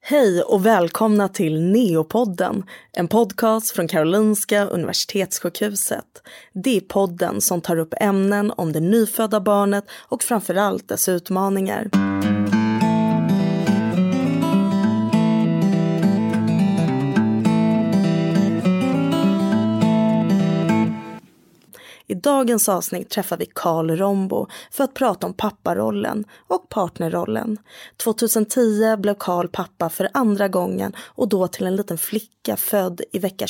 Hej och välkomna till Neopodden, en podcast från Karolinska Universitetssjukhuset. Det är podden som tar upp ämnen om det nyfödda barnet och framförallt dess utmaningar. I dagens avsnitt träffar vi Carl Rombo för att prata om papparollen och partnerrollen. 2010 blev Carl pappa för andra gången och då till en liten flicka född i vecka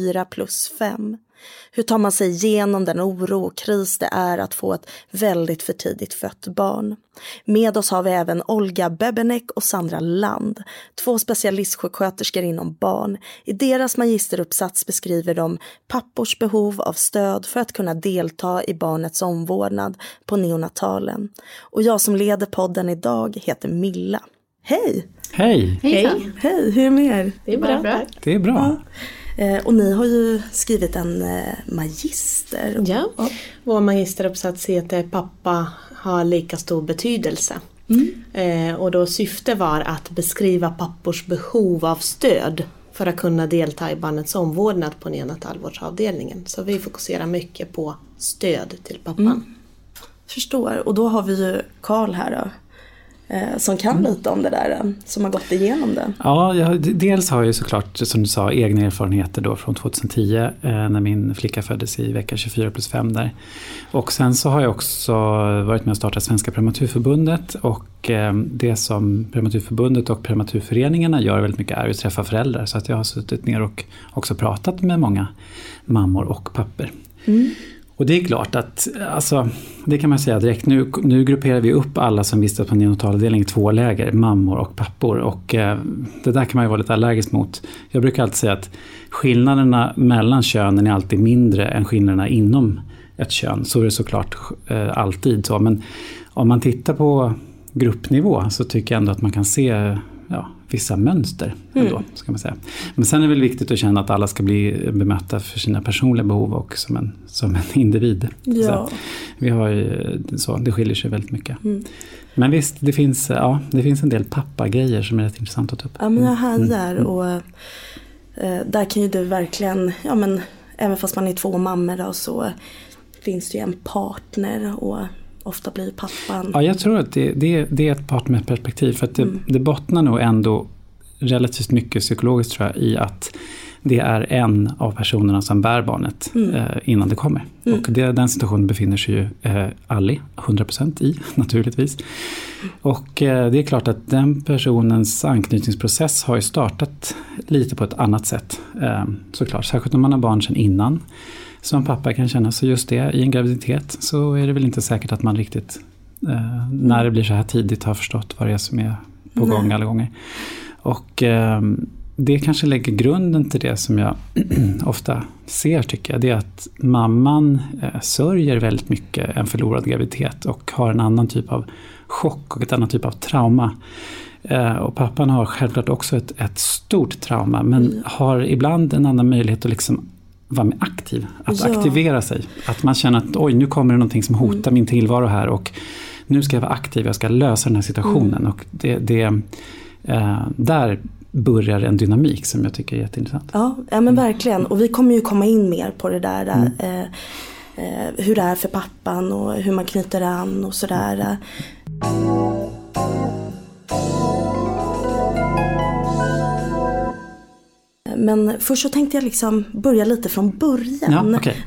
24+5. Hur tar man sig igenom den oro och kris det är att få ett väldigt för tidigt fött barn? Med oss har vi även Olga Bebenek och Sandra Land, 2 specialistsjuksköterskor inom barn. I deras magisteruppsats beskriver de pappors behov av stöd för att kunna delta i barnets omvårdnad på neonatalen. Och jag som leder podden idag heter Milla. Hej! Hej! Hej! Hej, hur är det med er? Det är bra. Det är bra. Ja. Och ni har ju skrivit en magister. Ja, vår magisteruppsats heter Pappa har lika stor betydelse. Och då syfte var att beskriva pappors behov av stöd för att kunna delta i barnets omvårdnad på neonatalvårdsavdelningen. Så vi fokuserar mycket på stöd till pappan. Förstår, och då har vi ju Carl här då. Som kan lite om det där, som har gått igenom det. Ja, dels har jag ju såklart, som du sa, egna erfarenheter då från 2010 när min flicka föddes i vecka 24+5 där. Och sen så har jag också varit med och startat Svenska Prematurförbundet, och det som Prematurförbundet och prematurföreningarna gör väldigt mycket är att träffa föräldrar. Så att jag har suttit ner och också pratat med många mammor och pappor. Och det är klart att, alltså, det kan man säga direkt, nu grupperar vi upp alla som vistas på neonatalavdelningen i 2 läger, mammor och pappor. Och det där kan man ju vara lite allergisk mot. Jag brukar alltid säga att skillnaderna mellan könen är alltid mindre än skillnaderna inom ett kön. Så är det såklart alltid så. Men om man tittar på gruppnivå så tycker jag ändå att man kan se vissa mönster ändå, ska man säga. Men sen är det väl viktigt att känna att alla ska bli bemötta för sina personliga behov och som en individ. Ja. Så vi har ju, så det skiljer sig väldigt mycket. Men visst, det finns en del pappagrejer som är rätt intressant att ta upp. Ja, men jag hajar och där kan ju du verkligen, även fast man är 2 mammor då, så finns det ju en partner och ofta blir pappan. Ja, jag tror att det är ett partnerperspektiv, för att det bottnar nog ändå relativt mycket psykologiskt, tror jag, i att det är en av personerna som bär barnet innan det kommer. Och den situationen befinner sig ju alla 100% i, naturligtvis. Och det är klart att den personens anknytningsprocess har ju startat lite på ett annat sätt. Såklart, särskilt om man har barn sedan innan. Som pappa kan känna, så just det, i en graviditet så är det väl inte säkert att man riktigt när det blir så här tidigt har förstått vad det är som är på gång alla gånger. Och det kanske lägger grunden till det som jag ofta ser, tycker jag. Det är att mamman sörjer väldigt mycket en förlorad graviditet och har en annan typ av chock och ett annat typ av trauma. Och pappan har självklart också ett stort trauma, men har ibland en annan möjlighet att liksom vara med aktiv, att aktivera sig. Att man känner att nu kommer det någonting som hotar min tillvaro här, och nu ska jag vara aktiv, jag ska lösa den här situationen. Och där börjar en dynamik som jag tycker är jätteintressant. Ja, men verkligen. Och vi kommer ju komma in mer på det där, hur det är för pappan och hur man knyter an och sådär. Men först så tänkte jag liksom börja lite från början. Ja, okay.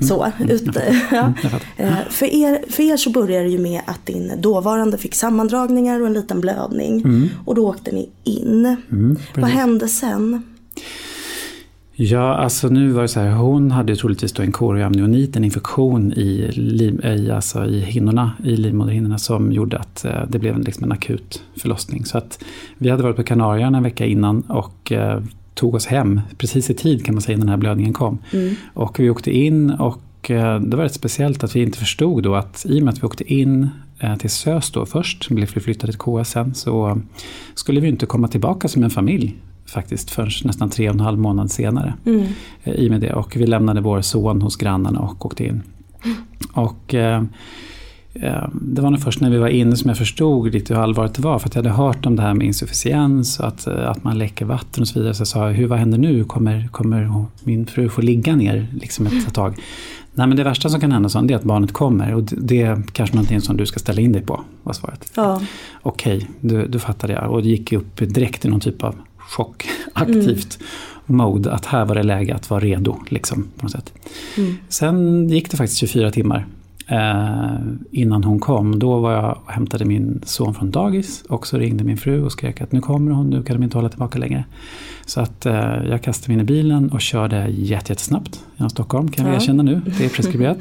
För er så börjar det ju med att din dåvarande fick sammandragningar och en liten blödning. Och då åkte ni in. Vad hände sen? Ja, alltså nu var det så här, hon hade ju troligtvis då en korioamnionit, en infektion i hinnorna, i livmoderhinnorna, som gjorde att det blev en akut förlossning. Så att vi hade varit på Kanarieöarna en vecka innan och tog oss hem precis i tid, kan man säga, när den här blödningen kom. Och vi åkte in, och det var rätt speciellt att vi inte förstod då att i och med att vi åkte in till SÖS då först, blev vi flyttade till KS sen, så skulle vi inte komma tillbaka som en familj faktiskt förrän nästan 3,5 månader senare i med det. Och vi lämnade vår son hos grannarna och åkte in. Och det var nog först när vi var inne som jag förstod lite hur allvarligt det var. För att jag hade hört om det här med insufficiens och att man läcker vatten och så vidare. Så jag sa, vad händer nu? Kommer min fru få ligga ner liksom ett tag? Nej, men det värsta som kan hända så är att barnet kommer. Och det är kanske någonting som du ska ställa in dig på, var svaret. Ja. Okej, du fattade jag. Och det gick upp direkt i någon typ av chockaktivt mode. Att här var det läge att vara redo liksom, på något sätt. Sen gick det faktiskt 24 timmar. Innan hon kom, då var jag och hämtade min son från dagis och så ringde min fru och skrek att nu kommer hon, nu kan de inte hålla tillbaka längre. Så att jag kastade mig in i bilen och körde jättesnabbt genom Stockholm, kan jag erkänna nu, det är preskriberat.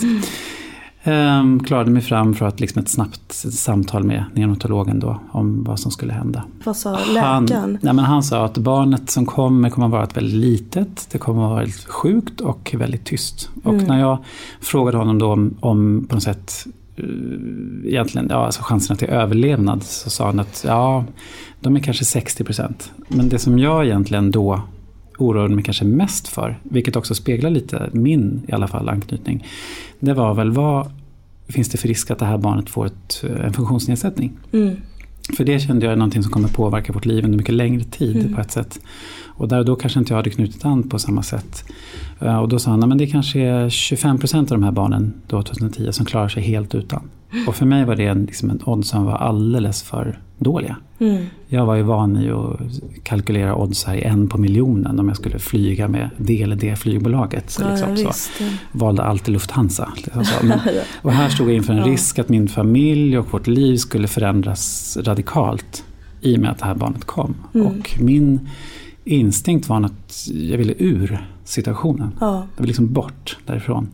Klarade mig fram för att liksom ett snabbt samtal med neonatologen då om vad som skulle hända. Vad sa läkaren? Han sa att barnet som kommer att vara ett väldigt litet, det kommer att vara väldigt sjukt och väldigt tyst. Och när jag frågade honom då om på något sätt egentligen, alltså chanserna till överlevnad, så sa han att de är kanske 60%. Men det som jag egentligen då oroade mig kanske mest för, vilket också speglar lite min i alla fall anknytning, det var väl vad finns det för risk att det här barnet får en funktionsnedsättning. För det kände jag är någonting som kommer påverka vårt liv under mycket längre tid på ett sätt. Och då kanske inte jag hade knutit an på samma sätt. Och då sa han, men det kanske är 25% av de här barnen då 2010 som klarar sig helt utan. Och för mig var det en odds som var alldeles för dåliga. Jag var ju van i att kalkylera odds här i 1 på miljonen om jag skulle flyga med det eller det flygbolaget. Så, valde alltid Lufthansa. Och här stod jag inför en risk att min familj och vårt liv skulle förändras radikalt i och med att det här barnet kom. Och min instinkt var att jag ville ur situationen. Jag ville liksom bort därifrån.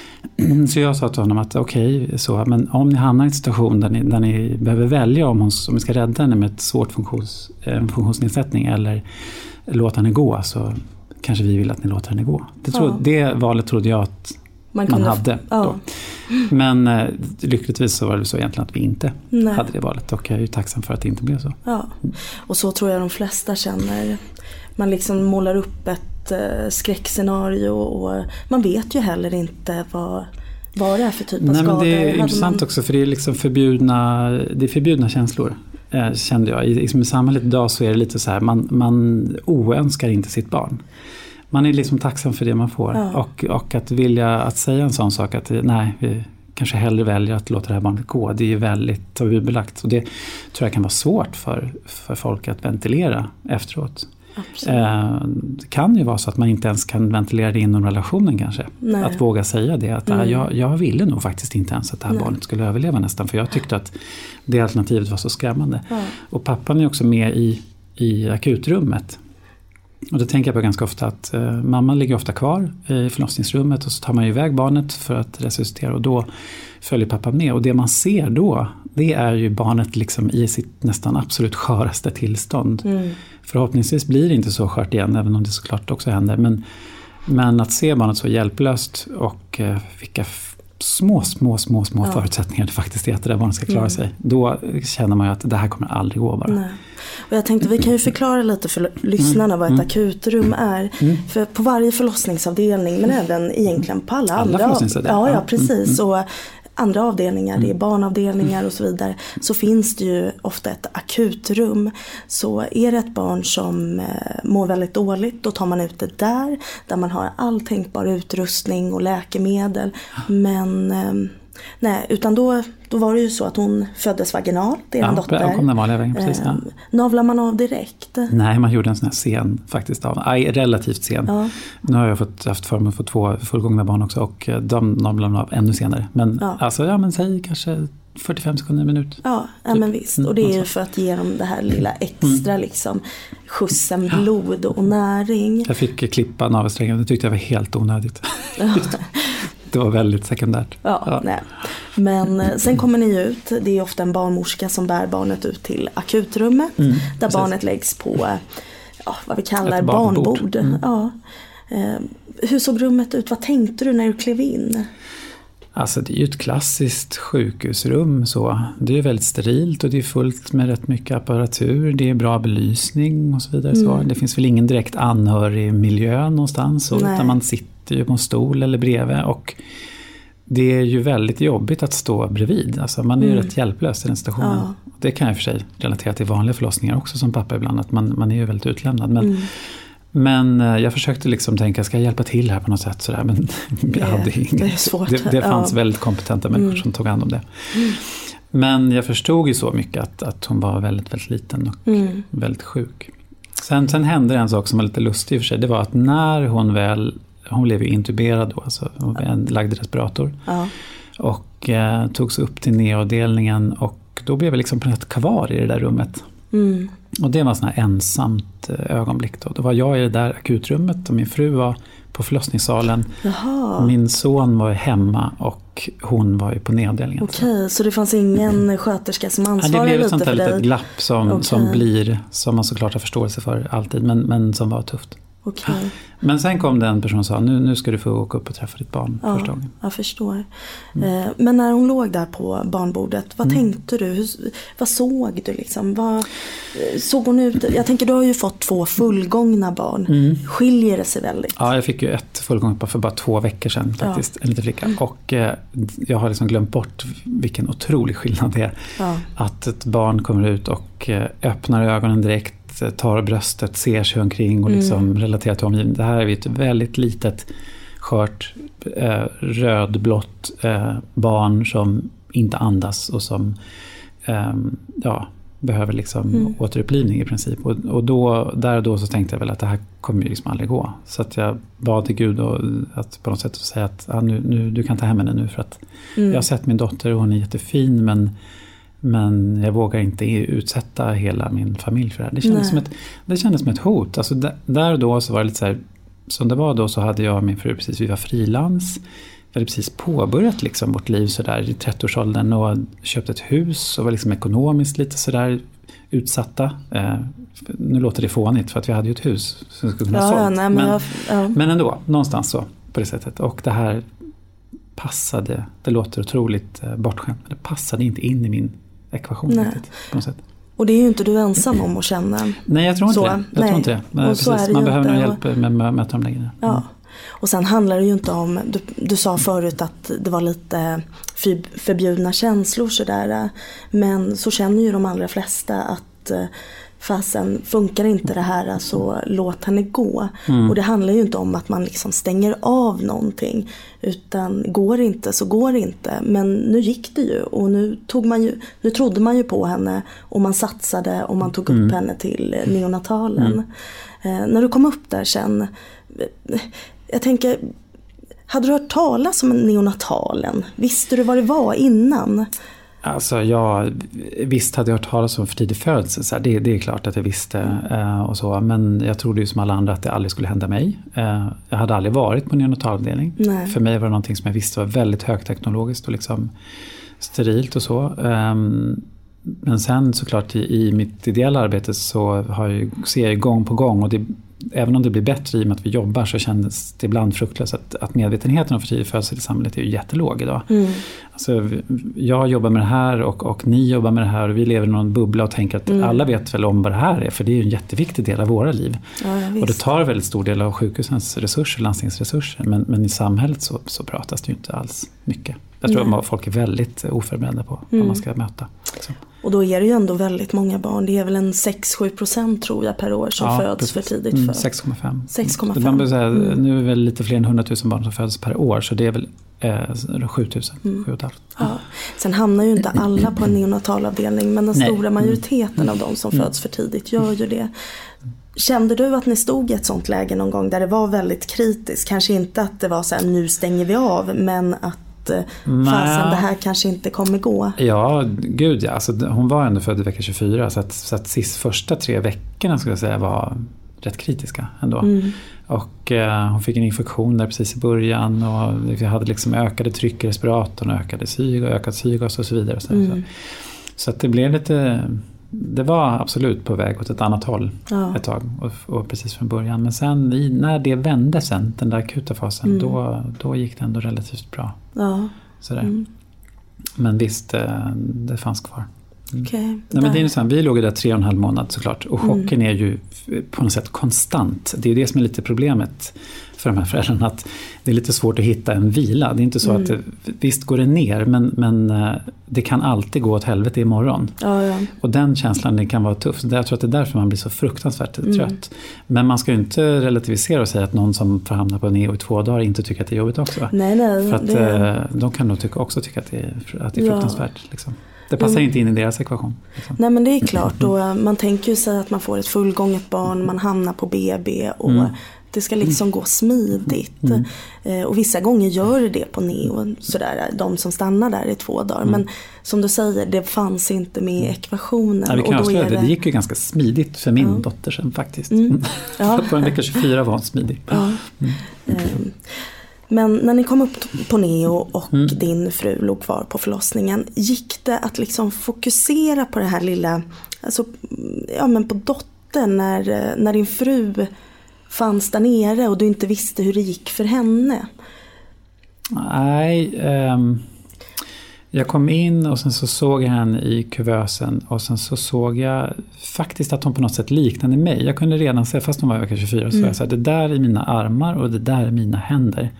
Så jag sa till honom att men om ni hamnar i en situation där ni behöver välja om vi ska rädda henne med ett svårt funktionsnedsättning eller låta henne gå, så kanske vi vill att ni låter henne gå. Det valet trodde jag att man hade då. Men lyckligtvis så var det så egentligen att vi inte hade det valet, och jag är ju tacksam för att det inte blev så. Och så tror jag de flesta känner. Man liksom målar upp ett skräckscenario och man vet ju heller inte vad det är för typ av skador. Men det är intressant också, för det är liksom förbjudna känslor, kände jag. I samhället idag så är det lite så här, man oönskar inte sitt barn. Man är liksom tacksam för det man får. Och att vilja att säga en sån sak att nej, vi kanske hellre väljer att låta det här barnet gå, det är ju väldigt tabubelagt. Och det tror jag kan vara svårt för folk att ventilera efteråt. Det kan ju vara så att man inte ens kan ventilera det inom relationen kanske. Att våga säga det, att jag ville nog faktiskt inte ens att det här barnet skulle överleva nästan, för jag tyckte att det alternativet var så skrämmande. Och pappan är också med i akutrummet. Och då tänker jag på ganska ofta att mamman ligger ofta kvar i förlossningsrummet och så tar man iväg barnet för att resuscitera, och då följer pappan med. Och det man ser då, det är ju barnet liksom i sitt nästan absolut sköraste tillstånd. Förhoppningsvis blir det inte så skört igen, även om det såklart också händer. Men att se barnet så hjälplöst och vilka små förutsättningar det faktiskt är att det där barnet ska klara sig. Då känner man ju att det här kommer aldrig gå bara. Och jag tänkte vi kan ju förklara lite för lyssnarna vad ett akutrum är. För på varje förlossningsavdelning, men även egentligen på alla andra. Ja, precis. Och andra avdelningar, det är barnavdelningar och så vidare, så finns det ju ofta ett akutrum. Så är det ett barn som mår väldigt dåligt, då tar man ut det där man har all tänkbar utrustning och läkemedel. Men utan då var det ju så att hon föddes vaginalt, en dotter. Ja, kom den vanliga vägen, precis. Navlar man av direkt? Nej, man gjorde en sån här scen faktiskt. Relativt sen. Nu har jag haft förmån att få 2 fullgångna barn också, och de navlar man av ännu senare. Men men säg kanske 45 sekunder, en minut. Men visst. Och det är ju för att ge dem det här lilla extra liksom, skjutsen blod och näring. Jag fick klippa navelsträngen, det tyckte jag var helt onödigt. Det var väldigt sekundärt. Nej. Men sen kommer ni ut. Det är ofta en barnmorska som bär barnet ut till akutrummet. Där barnet läggs på vad vi kallar barnbord. Hur såg rummet ut? Vad tänkte du när du klev in? Alltså det är ju ett klassiskt sjukhusrum. Så. Det är väldigt sterilt och det är fullt med rätt mycket apparatur. Det är bra belysning och så vidare. Så. Det finns väl ingen direkt anhörig miljö någonstans. Utan man sitter ju på en stol eller bredvid. Och det är ju väldigt jobbigt att stå bredvid. Alltså man är ju rätt hjälplös i den situationen. Ja. Det kan jag för sig relatera till vanliga förlossningar också som pappa ibland. Att man är ju väldigt utlämnad. Men jag försökte liksom tänka, ska jag hjälpa till här på något sätt? Sådär, men jag hade inget. Det är svårt. Det fanns väldigt kompetenta människor som tog hand om det. Men jag förstod ju så mycket att hon var väldigt, väldigt liten och väldigt sjuk. Sen hände en sak som var lite lustig i och för sig. Det var att när hon blev intuberad då, alltså hon lagd i respirator. Ja. Och togs upp till neoavdelningen och då blev jag liksom på något kvar i det där rummet. Och det var sån här ensamt ögonblick då. Då var jag i det där akutrummet och min fru var på förlossningssalen. Jaha. Min son var hemma och hon var ju på neavdelningen. Okej, så det fanns ingen sköterska som ansvarade lite för dig? Det blev ett sånt här litet glapp som man såklart har förståelse för alltid, men som var tufft. Okay. Men sen kom det en person och sa, nu ska du få åka upp och träffa ditt barn första gången. Jag förstår. Men när hon låg där på barnbordet, vad tänkte du? Vad såg du liksom? Såg hon ut? Jag tänker, du har ju fått 2 fullgångna barn. Skiljer det sig väldigt? Ja, jag fick ju ett fullgånget barn för bara 2 veckor sedan faktiskt, en liten flicka. Och jag har liksom glömt bort vilken otrolig skillnad det är. Att ett barn kommer ut och öppnar ögonen direkt, tar bröstet, ser sig omkring och liksom relaterar till omgivningen. Det här är ett väldigt litet, skört, rödblått barn som inte andas och som behöver liksom återupplivning i princip. Och då så tänkte jag väl att det här kommer ju liksom aldrig gå. Så att jag bad till Gud att på något sätt säga att nu, du kan ta hem henne nu för att jag har sett min dotter och hon är jättefin, men jag vågar inte utsätta hela min familj för det här. Det kändes som ett hot. Alltså där och då så var det lite så här, som det var då så hade jag och min fru vi var frilans. Vi hade precis påbörjat liksom vårt liv så där i 30-årsåldern och köpt ett hus och var liksom ekonomiskt lite så där utsatta. Nu låter det fånigt för att vi hade ju ett hus som skulle kunna sålt. Men ändå, någonstans så på det sättet. Och det här passade, det låter otroligt bortskämt, men det passade inte in i min ekvation riktigt, på något sätt. Och det är ju inte du ensam om att känna. Nej, jag tror inte det. Jag tror inte det. Precis. Man behöver nog hjälp med att möta dem längre. Ja. Och sen handlar det ju inte om, du sa förut att det var lite förbjudna känslor sådär, men så känner ju de allra flesta att fasen, funkar inte det här så låt henne gå. Och det handlar ju inte om att man liksom stänger av någonting, utan går inte så går inte. Men nu gick det ju och nu trodde man ju på henne och man satsade och man tog upp henne till neonatalen. När du kom upp där sen, jag tänker, hade du hört talas om neonatalen? Visste du vad det var innan? Alltså visst hade jag hört talas om för tidig födelse, så det är klart att jag visste och så, men jag trodde ju som alla andra att det aldrig skulle hända mig. Jag hade aldrig varit på neonatalavdelning. För mig var det någonting som jag visste var väldigt högteknologiskt och liksom sterilt och så. Men sen såklart i mitt ideella arbete så ser jag gång på gång, och även om det blir bättre i och med att vi jobbar, så kändes det ibland fruktlöst att medvetenheten om för tidig födsel i samhället är ju jättelåg idag. Alltså, jag jobbar med det här och ni jobbar med det här och vi lever i någon bubbla och tänker att alla vet väl om vad det här är, för det är ju en jätteviktig del av våra liv. Och det tar väldigt stor del av sjukhusens resurser, landstingsresurser, men i samhället så pratas det ju inte alls mycket. Jag tror att folk är väldigt oförberedda på vad man ska möta. Så. Och då är det ju ändå väldigt många barn. Det är väl en 6-7% tror jag per år som föds för tidigt. 6,5. 6,5. Nu är det väl lite fler än 100 000 barn som föds per år, så det är väl 7 000, 7,5. Ja. Sen hamnar ju inte alla på en neonatalavdelning, men den stora majoriteten av de som föds för tidigt gör ju det. Kände du att ni stod i ett sånt läge någon gång där det var väldigt kritiskt? Kanske inte att det var så här, nu stänger vi av, men att fasen, det här kanske inte kommer gå. Ja, gud ja. Alltså, hon var ändå född i vecka 24, så att första 3 veckorna skulle jag säga var rätt kritiska ändå. Och hon fick en infektion där precis i början och vi hade liksom ökade tryck i respiratorn, ökat syrgas och så vidare. Så att det blev lite... Det var absolut på väg åt ett annat håll ett tag och precis från början. Men sen när det vände sen, den där akuta fasen, då gick det ändå relativt bra. Ja. Sådär. Men visst, det fanns kvar. Okay. Nej, men det är så här, vi låg där 3,5 månader såklart. Och chocken är ju på något sätt konstant. Det är det som är lite problemet för de här föräldrarna att det är lite svårt att hitta en vila. Det är inte så att visst går det ner, men det kan alltid gå åt helvete imorgon. Ja. Och den känslan, det kan vara tuff. Jag tror att det är därför man blir så fruktansvärt trött. Men man ska ju inte relativisera och säga att någon som får hamna på neo i 2 dagar inte tycker att det är jobbigt också. Nej. För att de kan nog också tycka att det är fruktansvärt. Liksom. Det passar inte in i deras ekvation. Liksom. Nej, men det är klart. Och man tänker ju sig att man får ett fullgånget barn, man hamnar på BB och det ska liksom gå smidigt. Och vissa gånger gör det på neo, sådär, de som stannar där i 2 dagar. Men som du säger, det fanns inte med i ekvationen. Ja, vi kan och då det gick ju ganska smidigt för min dotter sen faktiskt. På en vecka 24 var hon smidig. Men när ni kom upp på neo och din fru låg kvar på förlossningen, gick det att liksom fokusera på det här lilla, alltså, men på dottern när din fru fanns där nere och du inte visste hur det gick för henne? Nej, jag kom in och sen så såg jag henne i kuvösen och sen så såg jag faktiskt att hon på något sätt liknade mig. Jag kunde redan se, fast hon var vecka 24, så jag sa det där är mina armar och det där är mina händer.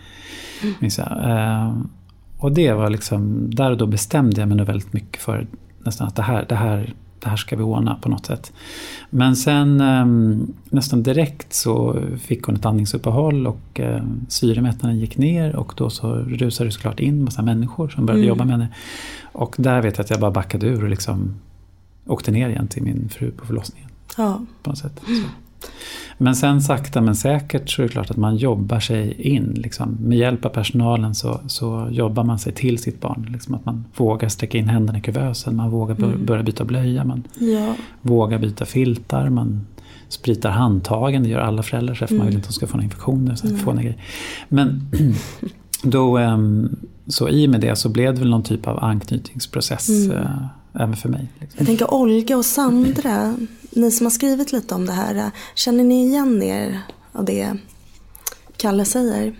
Och det var liksom, där och då bestämde jag mig nog väldigt mycket för nästan att det här ska vi ordna på något sätt. Men sen nästan direkt så fick hon ett andningsuppehåll och syremättnaden gick ner och då så rusade det såklart in massa människor som började jobba med henne. Och där vet jag att jag bara backade ur och liksom åkte ner igen till min fru på förlossningen. Ja. På något sätt. Så. Men sen sakta men säkert så är det klart att man jobbar sig in. Liksom. Med hjälp av personalen så jobbar man sig till sitt barn. Liksom att man vågar sträcka in händerna i kuvösen. Man vågar börja byta blöja. Man vågar byta filtar. Man spritar handtagen. Det gör alla föräldrar. Så man vill inte att de ska få några infektioner. Men då, så i och med det så blev det väl någon typ av anknytningsprocess även för mig. Liksom. Jag tänker Olga och Sandra, ni som har skrivit lite om det här, känner ni igen er av det Kalle säger?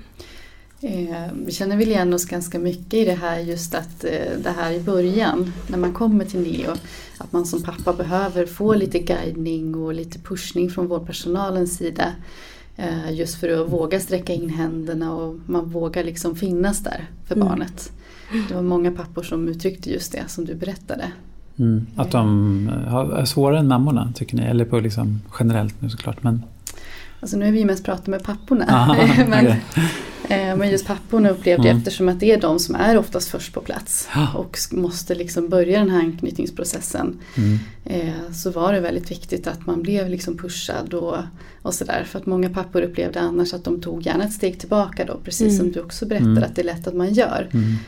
Vi känner väl igen oss ganska mycket i det här, just att det här i början när man kommer till neo, att man som pappa behöver få lite guidning och lite pushning från vårdpersonalens sida, just för att våga sträcka in händerna och man vågar liksom finnas där för barnet. Det var många pappor som uttryckte just det som du berättade. Att de är svårare än mammorna, tycker ni? Eller på liksom generellt nu såklart. Men... Alltså nu är vi mest pratat med papporna. Men just papporna upplevde eftersom att det är de som är oftast först på plats och måste liksom börja den här anknytningsprocessen. Så var det väldigt viktigt att man blev liksom pushad och sådär. För att många pappor upplevde annars att de tog gärna ett steg tillbaka då. Precis som du också berättade att det är lätt att man gör.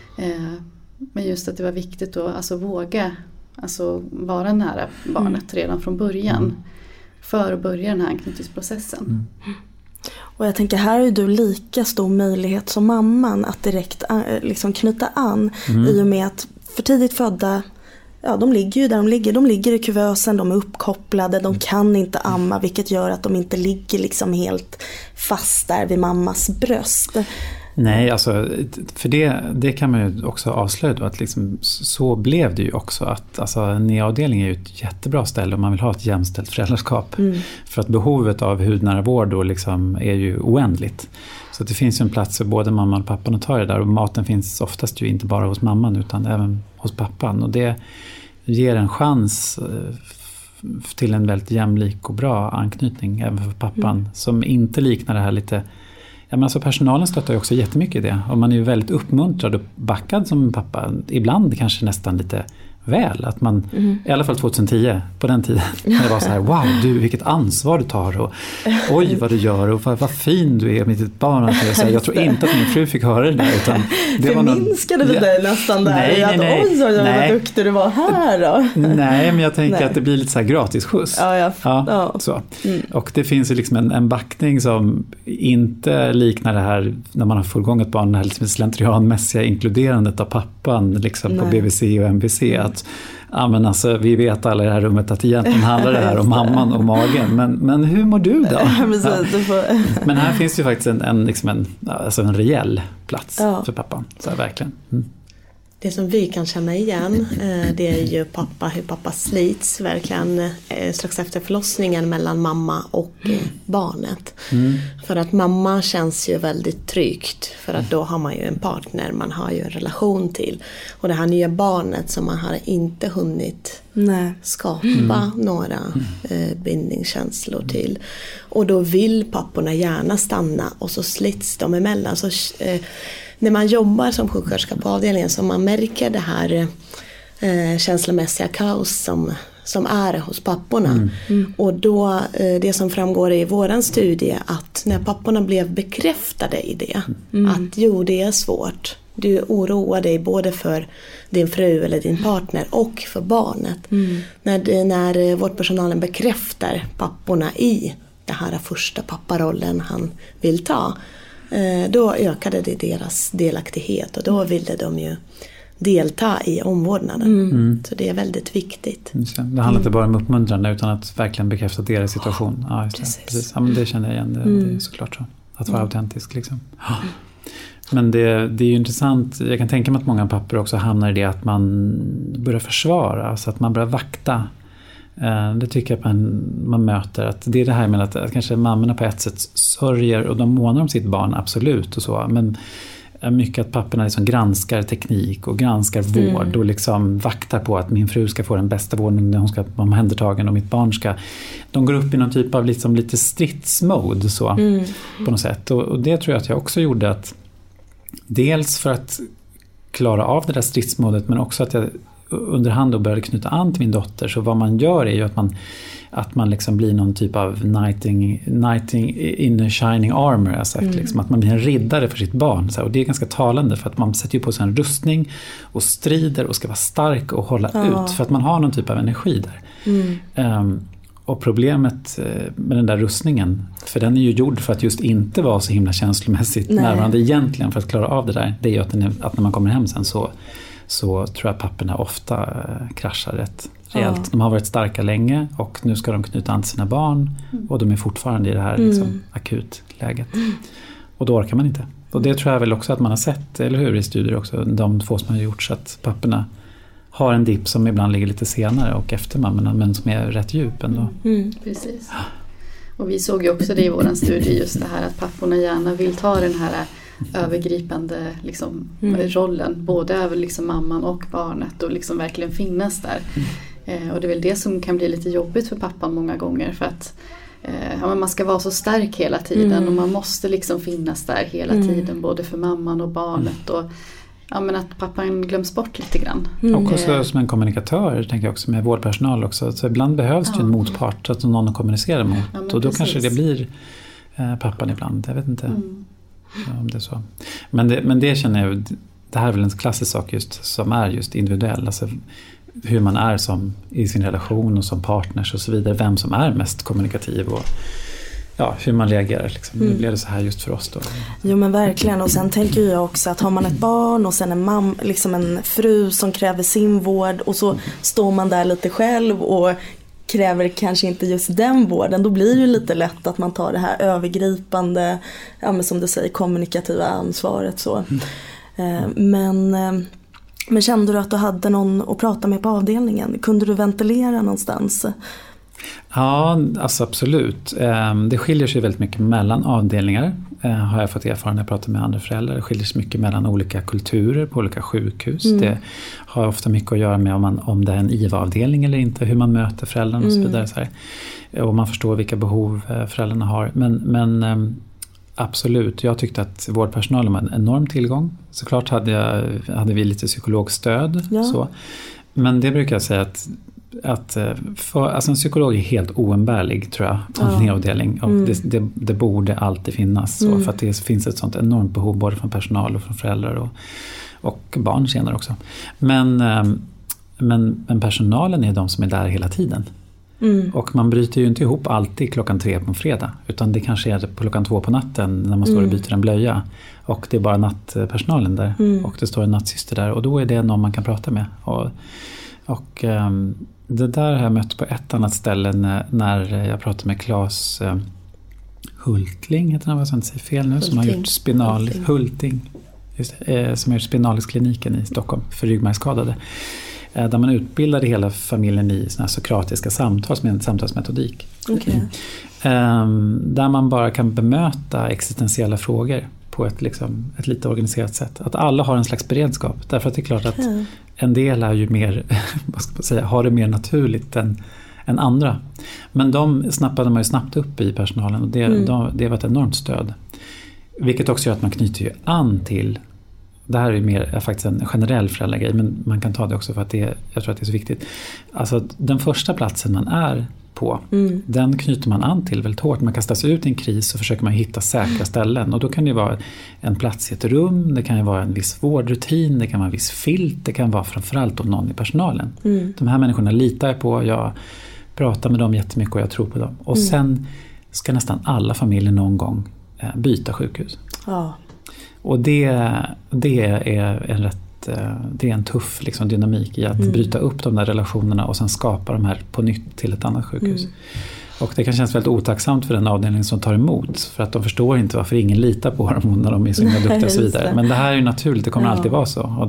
Men just att det var viktigt att alltså våga vara nära barnet redan från början. För att börja den här anknytningsprocessen. Och jag tänker, här är du lika stor möjlighet som mamman att direkt liksom knyta an i och med att för tidigt födda, de ligger ju där de ligger. De ligger i kuvösen, de är uppkopplade, de kan inte amma, vilket gör att de inte ligger liksom helt fast där vid mammas bröst. Nej, alltså, för det kan man ju också avslöja då, att liksom, så blev det ju också att alltså, en neoavdelning är ju ett jättebra ställe om man vill ha ett jämställt föräldraskap. För att behovet av hudnära vård då liksom är ju oändligt. Så att det finns ju en plats för både mamman och pappan att ta det där, och maten finns oftast ju inte bara hos mamman utan även hos pappan, och det ger en chans till en väldigt jämlik och bra anknytning även för pappan, som inte liknar det här lite. Ja, men alltså personalen stöttar ju också jättemycket i det. Och man är ju väldigt uppmuntrad och backad som pappa. Ibland kanske nästan lite väl. Att man, i alla fall 2010, på den tiden, när det var så här, wow, du, vilket ansvar du tar och oj vad du gör och vad fin du är med ditt barn. Och så här, jag tror inte att min fru fick höra det där. Utan det var minskade du dig nästan där? Nej. Oj, vad duktig du var här då. Nej, men jag tänker att det blir lite så här gratis skjuts. Så. Och det finns ju liksom en backning som inte liknar det här när man har fullgånget barn, det här liksom slentrianmässiga inkluderandet av pappan liksom på BVC och MVC. Men alltså, vi vet alla i det här rummet att egentligen handlar det här om mamman och magen. Men hur mår du då? Men här finns ju faktiskt en reell plats för pappan. Så här, verkligen. Det som vi kan känna igen, det är ju hur pappa slits verkligen strax efter förlossningen mellan mamma och barnet. För att mamma känns ju väldigt tryggt, för att då har man ju en partner, man har ju en relation till. Och det här nya barnet som man har inte hunnit skapa några bindningskänslor till. Och då vill papporna gärna stanna och så slits de emellan. Så när man jobbar som sjuksköterska på avdelningen så man märker det här känslomässiga kaos som är hos papporna. Och då det som framgår i våran studie, att när papporna blev bekräftade i det, att jo, det är svårt. Du oroar dig både för din fru eller din partner och för barnet. När vårdpersonalen bekräftar papporna i det här första papparollen han vill ta, då ökade det deras delaktighet och då ville de ju delta i omvårdnaden. Så det är väldigt viktigt. Det handlar inte bara om uppmuntrande utan att verkligen bekräfta deras situation. Ja, just det. Precis. Ja, men det känner jag igen. Det är såklart så. Att vara autentisk liksom. Men det är ju intressant. Jag kan tänka mig att många pappor också hamnar i det att man börjar försvara. Så att man börjar vakta. Det tycker jag att man möter. Att det är det här med att kanske mammorna på ett sätt sörjer och de månar om sitt barn, absolut och så. Men mycket att papporna liksom granskar teknik och granskar vård och liksom vaktar på att min fru ska få den bästa vården när hon ska vara omhändertagen och mitt barn ska. De går upp i någon typ av liksom lite stridsmode så på något sätt. Och det tror jag att jag också gjorde, att dels för att klara av det där stridsmodet, men också att jag underhand och började knyta an till min dotter. Så vad man gör är ju att man liksom blir någon typ av knighting in a shining armor, jag sagt, liksom, att man blir en riddare för sitt barn. Så, och det är ganska talande, för att man sätter ju på sig en rustning och strider och ska vara stark och hålla ut, för att man har någon typ av energi där. Och problemet med den där rustningen, för den är ju gjord för att just inte vara så himla känslomässigt närvarande egentligen för att klara av det där, det är ju att när man kommer hem sen så tror jag papporna ofta kraschar rätt rejält. De har varit starka länge och nu ska de knyta an till sina barn och de är fortfarande i det här liksom, akutläget. Och då orkar man inte. Och det tror jag väl också att man har sett, eller hur, i studier också, de två som har gjort, så att papporna har en dipp som ibland ligger lite senare och efter mammorna, men som är rätt djup ändå. Precis. Och vi såg ju också det i våran studie, just det här att papporna gärna vill ta den här övergripande liksom, rollen, både över liksom mamman och barnet, och liksom verkligen finnas där. Och det är väl det som kan bli lite jobbigt för pappan många gånger, för att man ska vara så stark hela tiden och man måste liksom finnas där hela tiden, både för mamman och barnet, och men att pappan glöms bort lite grann. Och också som en kommunikatör, tänker jag också, med vårdpersonal också. Så ibland behövs det en motpart, att någon att kommunicera mot. Och då kanske det blir pappan ibland, jag vet inte om det är så. Men det känner jag, det här är väl en klassisk sak just, som är just individuell. Alltså hur man är som i sin relation och som partners och så vidare. Vem som är mest kommunikativ och hur man reagerar. Liksom. Nu blir det så här just för oss då. Jo, men verkligen. Och sen tänker jag också att har man ett barn och sen en fru som kräver sin vård, och så står man där lite själv och kräver kanske inte just den vården, då blir det lite lätt att man tar det här övergripande, men som du säger, kommunikativa ansvaret så. Men kände du att du hade någon att prata med på avdelningen? Kunde du ventilera någonstans? Ja, alltså absolut. Det skiljer sig väldigt mycket mellan avdelningar, har jag fått erfara när jag pratar med andra föräldrar. Det skiljer sig mycket mellan olika kulturer på olika sjukhus. Det har ofta mycket att göra med om det är en IVA-avdelning eller inte, hur man möter föräldrarna och så vidare. Så här. Och man förstår vilka behov föräldrarna har. Men absolut, jag tyckte att vårdpersonalen var en enorm tillgång. Såklart hade vi lite psykologstöd. Ja. Så. Men det brukar jag säga att alltså en psykolog är helt oumbärlig, tror jag, på en avdelning. Och det borde alltid finnas så, för att det finns ett sånt enormt behov både från personal och från föräldrar och barn senare också. Men personalen är de som är där hela tiden. Och man bryter ju inte ihop alltid 3:00 på en fredag, utan det kanske är på 2:00 på natten när man står och byter en blöja och det är bara nattpersonalen där och det står en nattsyster där, och då är det någon man kan prata med. Och det där har jag mött på ett annat ställe när jag pratade med Claes Hultling, heter han, vad jag inte säger fel nu, som har gjort Hulting. som är Spinalis-kliniken i Stockholm för ryggmärgsskadade. Där man utbildade hela familjen i såna här sokratiska samtal som är en samtalsmetodik. Okay. Där man bara kan bemöta existentiella frågor på ett lite organiserat sätt. Att alla har en slags beredskap. Därför att det är klart att en del är ju mer, vad ska man säga, har det mer naturligt än andra. Men de snappade man ju snabbt upp i personalen och det var ett enormt stöd. Vilket också gör att man knyter ju an till, det här är faktiskt en generell föräldragrej, men man kan ta det också för att jag tror att det är så viktigt. Alltså den första platsen man är på, den knyter man an till väldigt hårt. Man kastas ut i en kris och försöker man hitta säkra ställen. Och då kan det vara en plats i ett rum, det kan ju vara en viss vårdrutin, det kan vara en viss filt, det kan vara framförallt då någon i personalen. De här människorna litar jag på, jag pratar med dem jättemycket och jag tror på dem. Och sen ska nästan alla familjer någon gång byta sjukhus. Ja. Och det är en tuff dynamik i att bryta upp de där relationerna och sen skapa de här på nytt till ett annat sjukhus. Och det kan kännas väldigt otacksamt för den avdelning som tar emot, för att de förstår inte varför ingen litar på dem när de är så duktiga och så vidare. Men det här är ju naturligt, det kommer alltid vara så. Och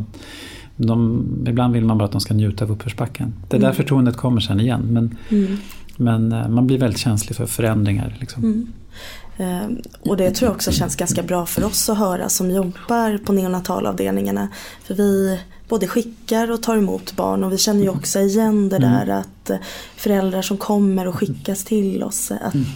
ibland vill man bara att de ska njuta av uppförsbacken. Det är där förtroendet kommer sen igen. Men man blir väldigt känslig för förändringar. Och det tror jag också känns ganska bra för oss att höra som jobbar på neonatalavdelningarna. För vi både skickar och tar emot barn, och vi känner ju också igen det där att föräldrar som kommer och skickas till oss, att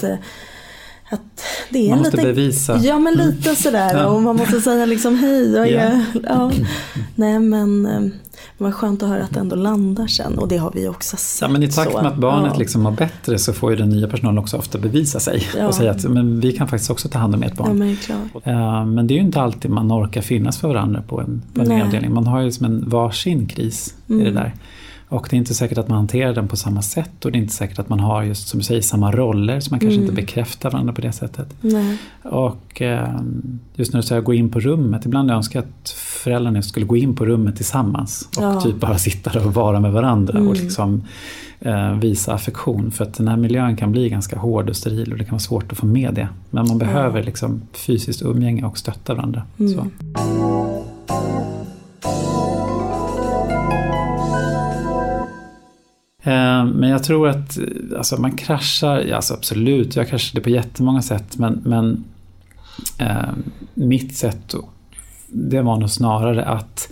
det är man måste lite, bevisa. Ja, men lite sådär. Och man måste säga hej. Och Nej, men vad skönt att höra att det ändå landar sen. Och det har vi också sett. Ja, men i takt med att barnet mår bättre så får ju den nya personalen också ofta bevisa sig. Och säga att men vi kan faktiskt också ta hand om ett barn. Men det är ju inte alltid man orkar finnas för varandra på en avdelning. Man har ju som en varsin kris i det där. Och det är inte säkert att man hanterar den på samma sätt, och det är inte säkert att man har just som du säger samma roller, så man kanske inte bekräftar varandra på det sättet. Nej. Och just när du säger gå in på rummet, ibland önskar jag att föräldrarna skulle gå in på rummet tillsammans och typ bara sitta där och vara med varandra och visa affektion, för att den här miljön kan bli ganska hård och steril och det kan vara svårt att få med det. Men man behöver fysiskt umgänge och stötta varandra. Så. Men jag tror att man kraschar, absolut, jag kraschade på jättemånga sätt, men mitt sätt det var nog snarare att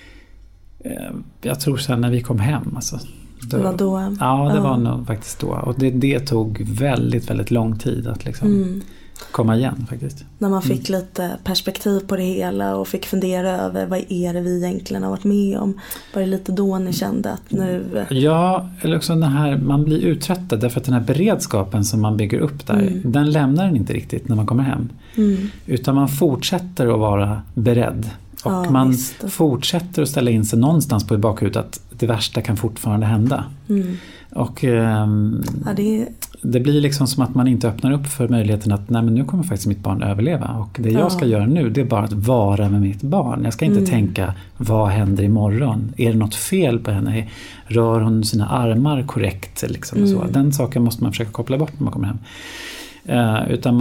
jag tror sen när vi kom hem, det var då? Ja, det var nog faktiskt då, och det tog väldigt, väldigt lång tid att komma igen faktiskt. När man fick lite perspektiv på det hela och fick fundera över vad är det vi egentligen har varit med om. Var det lite då ni kände att nu... Ja, eller också den här, man blir uttröttad därför att den här beredskapen som man bygger upp där, den lämnar den inte riktigt när man kommer hem. Utan man fortsätter att vara beredd. Och man fortsätter att ställa in sig någonstans på i bakhuvudet att det värsta kan fortfarande hända. Och det blir som att man inte öppnar upp för möjligheten att nej, men nu kommer faktiskt mitt barn överleva. Och det jag ska göra nu, det är bara att vara med mitt barn. Jag ska inte tänka, vad händer imorgon? Är det något fel på henne? Rör hon sina armar korrekt? Och så. Den saken måste man försöka koppla bort när man kommer hem. Utan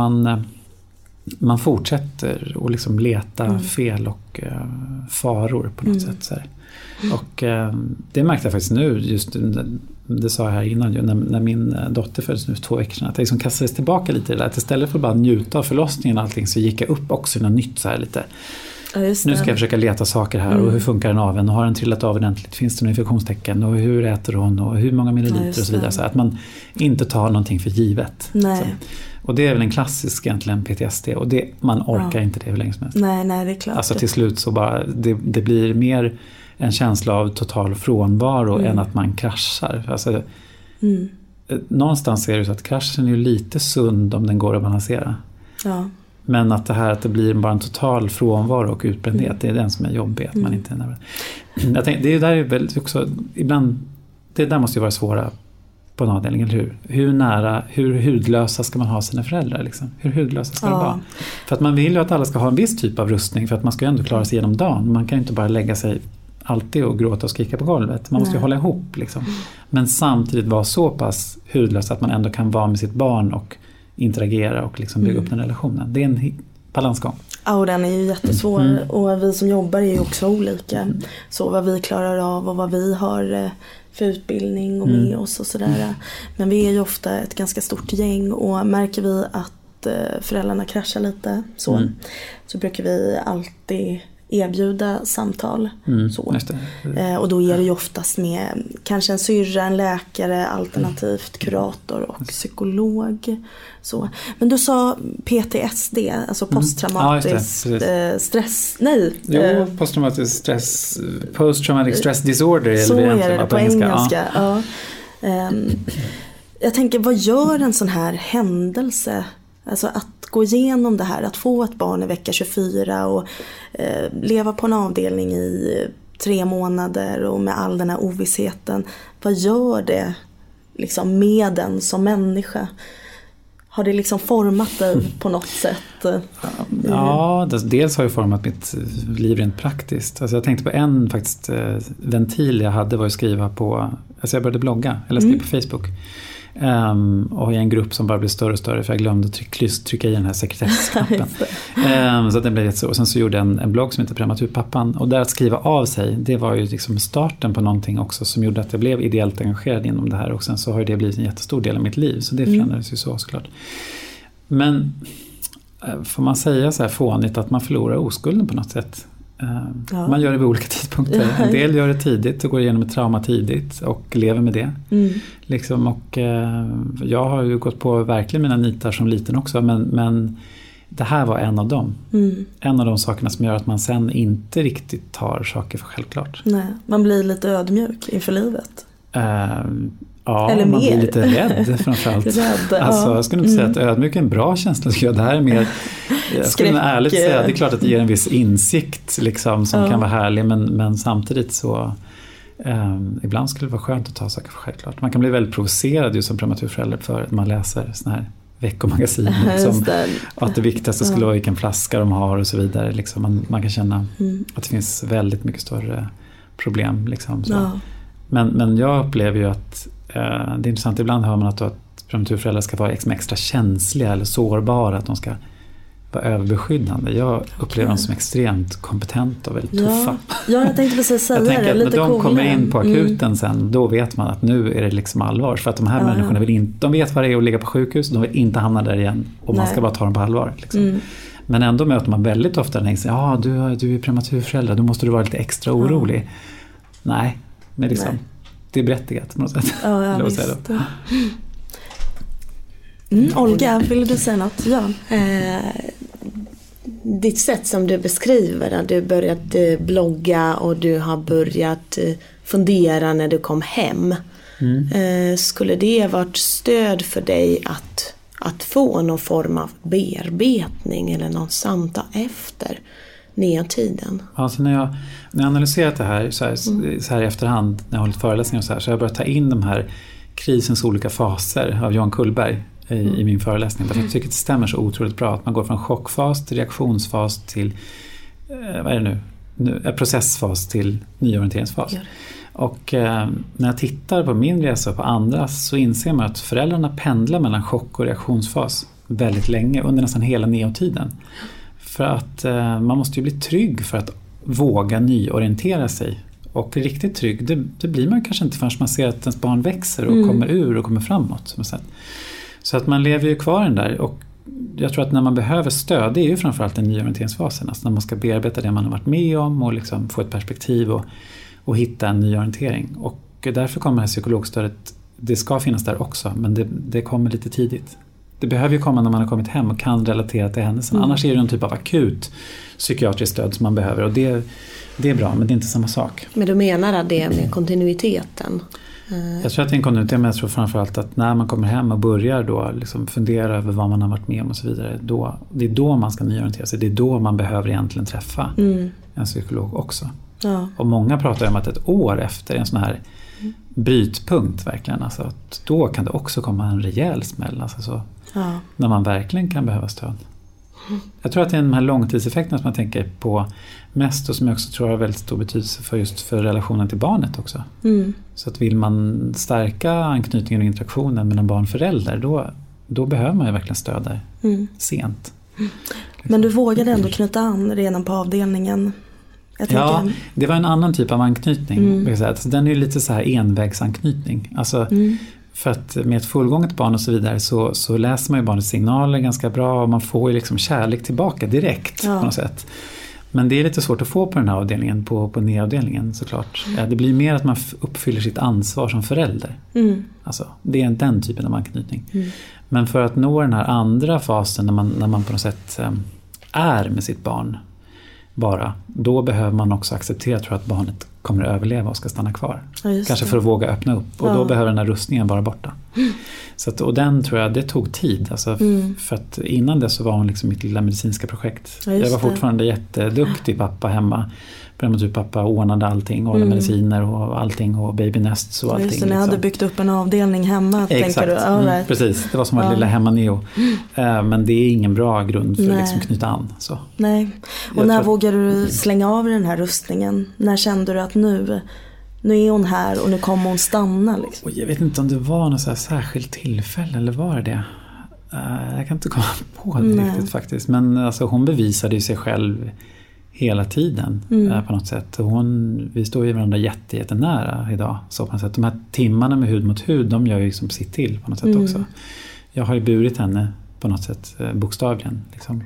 man fortsätter att leta fel och faror på något sätt. Så här. Och det märkte jag faktiskt nu, just det sa jag här innan, när min dotter föddes nu för 2 veckor sedan, att jag kastades tillbaka lite i det där. Att istället för att bara njuta av förlossningen och allting, så gick jag upp också i något nytt så här lite. Nu ska jag försöka leta saker här, och hur funkar den av en, och har den trillat av ordentligt, finns det några infektionstecken, och hur äter hon, och hur många milliliter och så vidare. Så att man inte tar någonting för givet. Nej. Och det är väl en klassisk egentligen PTSD, och man orkar inte det hur länge som helst. Nej, det är klart. Till slut så bara, det blir mer en känsla av total frånvaro än att man kraschar. Någonstans är det så att kraschen är ju lite sund om den går att balansera. Ja. Men att det blir bara en total frånvaro och utbrändhet, det är den som är jobbig, att man inte är nära. Jag tänkte, det där är väl också ibland, det där måste ju vara svåra på en avdelning, eller hur? Hur hudlösa ska man ha sina föräldrar? Hur hudlösa ska de vara? För att man vill ju att alla ska ha en viss typ av rustning, för att man ska ju ändå klara sig genom dagen. Man kan ju inte bara lägga sig alltid och gråta och skrika på golvet. Man måste ju hålla ihop. Men samtidigt vara så pass hudlös att man ändå kan vara med sitt barn och interagera och bygga upp den relationen. Det är en balansgång. Ja, och den är ju jättesvår och vi som jobbar är ju också olika. Så vad vi klarar av och vad vi har för utbildning och med oss och sådär. Men vi är ju ofta ett ganska stort gäng och märker vi att föräldrarna kraschar lite så brukar vi alltid erbjuda samtal. Så. Och då är det ju oftast med kanske en syrra, en läkare, alternativt kurator och psykolog. Så. Men du sa PTSD, alltså posttraumatisk stress. Nej. Jo, posttraumatisk stress, post-traumatic stress disorder. Så är det på engelska. Ja. Jag tänker, vad gör en sån här händelse? Alltså att gå igenom det här, att få ett barn i vecka 24 och leva på en avdelning i 3 månader och med all den här ovissheten. Vad gör det liksom med den som människa? Har det liksom format dig på något sätt? Ja, dels har det format mitt liv rent praktiskt. Alltså jag tänkte på en faktiskt ventil jag hade var att skriva på, alltså jag började blogga eller skriva på Facebook. Och i en grupp som bara blev större och större för jag glömde trycka i den här sekretessknappen. Så att den blev så. Och sen så gjorde jag en blogg som heter Prematurpappan och där att skriva av sig, det var ju liksom starten på någonting också som gjorde att jag blev ideellt engagerad inom det här och sen så har det blivit en jättestor del av mitt liv så det förändrades ju såklart. Men får man säga så här fånigt att man förlorar oskulden på något sätt? Man gör det vid olika tidpunkter. En del gör det tidigt och går igenom ett trauma tidigt och lever med det. Liksom, och jag har ju gått på verkligen mina nitar som liten också men det här var en av dem. En av de sakerna som gör att man sen inte riktigt tar saker för självklart. Nej, man blir lite ödmjuk inför livet. Ja, eller man mer. blir lite rädd framförallt. Alltså, jag skulle inte säga att ödmjuk är en bra känsla. Det här är mer, jag skulle ärligt säga, det är klart att det ger en viss insikt liksom, som kan vara härlig men samtidigt så ibland skulle det vara skönt att ta saker för självklart. Man kan bli väldigt provocerad just som prematurförälder för att man läser såna här veckomagasin liksom, att det viktigaste skulle vara vilken flaska de har och så vidare. Liksom, man kan känna att det finns väldigt mycket större problem. Liksom, så. Men jag upplever ju att det är intressant, ibland hör man att prematurföräldrar ska vara extra känsliga eller sårbara, att de ska vara överbeskyddande. Jag upplever dem som extremt kompetenta och väldigt tuffa. Ja, jag tänkte precis säga det. Lite när de kommer in på akuten sen, då vet man att nu är det liksom allvar. För att de här människorna vill inte, de vet vad det är att ligga på sjukhus, de vill inte hamna där igen och man ska bara ta dem på allvar. Liksom. Men ändå möter man väldigt ofta den här, du är prematurförälder, då måste du vara lite extra orolig. Nej, men liksom det är berättigat på något sätt. Ja, visst. Olga, vill du säga något? Ja. Ditt sätt som du beskriver, att du börjat blogga och du har börjat fundera när du kom hem. Skulle det varit stöd för dig att få någon form av bearbetning eller någon samtal efter neotiden? Alltså när jag analyserat det här så här i efterhand, när jag har hållit föreläsningar och så har jag börjat ta in de här krisens olika faser av Jan Kullberg i min föreläsning. Därför jag tycker att det stämmer så otroligt bra att man går från chockfas till reaktionsfas till vad är det nu? Processfas till nyorienteringsfas. Och när jag tittar på min resa och på andras så inser man att föräldrarna pendlar mellan chock- och reaktionsfas väldigt länge under nästan hela neotiden. För att man måste ju bli trygg för att våga nyorientera sig. Och riktigt trygg, det blir man kanske inte förrän man ser att ens barn växer och kommer ur och kommer framåt. Så att man lever ju kvar den där. Och jag tror att när man behöver stöd, det är ju framförallt den nyorienteringsfasen. Alltså när man ska bearbeta det man har varit med om och liksom få ett perspektiv och hitta en nyorientering. Och därför kommer det här psykologstödet, det ska finnas där också, men det kommer lite tidigt. Det behöver ju komma när man har kommit hem och kan relatera till händelsen. Annars är det en typ av akut psykiatriskt stöd som man behöver. Och det är bra, men det är inte samma sak. Men du menar att det är med kontinuiteten? Jag tror att det är en kontinuitet, men jag tror framförallt att när man kommer hem och börjar då liksom fundera över vad man har varit med om och så vidare. Det är då man ska nyorientera sig. Det är då man behöver egentligen träffa en psykolog också. Ja. Och många pratar om att ett år efter en sån här brytpunkt verkligen. Alltså att då kan det också komma en rejäl smäll. Alltså så, när man verkligen kan behöva stöd. Jag tror att det är de här långtidseffekterna som man tänker på mest och som jag också tror har väldigt stor betydelse för relationen till barnet också. Så att vill man stärka anknytningen och interaktionen mellan barn och förälder, då behöver man ju verkligen stöd där sent. Men du vågade ändå knyta an redan på avdelningen? Ja, det var en annan typ av anknytning. Alltså, den är ju lite så här envägsanknytning. Alltså, för att med ett fullgånget barn och så vidare så läser man ju barnets signaler ganska bra och man får ju liksom kärlek tillbaka direkt på något sätt. Men det är lite svårt att få på den här avdelningen, på NE-avdelningen såklart. Ja, det blir mer att man uppfyller sitt ansvar som förälder. Alltså, det är den typen av anknytning. Men för att nå den här andra fasen när man på något sätt är med sitt barn bara, då behöver man också acceptera, tror jag, att barnet kommer att överleva och ska stanna kvar. Ja, kanske för att våga öppna upp. Och då behöver den här rustningen vara borta. Så att, och den tror jag, det tog tid. Alltså, för att innan det så var hon liksom mitt lilla medicinska projekt. Ja, jag var fortfarande jätteduktig pappa hemma. Pappa ordnade allting, och mediciner och allting och babynest och allting. Just det, ni hade byggt upp en avdelning hemma. Exakt, du? Precis. Det var som ett lilla hemma-neo. Men det är ingen bra grund för att liksom knyta an. Så. Nej. Och när vågade du slänga av den här rustningen? När kände du att nu är hon här och nu kommer hon stanna? Liksom? Och jag vet inte om det var något så här särskilt tillfälle, eller var det? Jag kan inte komma på det riktigt faktiskt. Men alltså, hon bevisade ju sig själv hela tiden på något sätt. Vi står ju varandra jättenära idag. Så på något sätt. De här timmarna med hud mot hud, de gör ju liksom sitt till på något sätt också. Jag har ju burit henne på något sätt, bokstavligen. Liksom.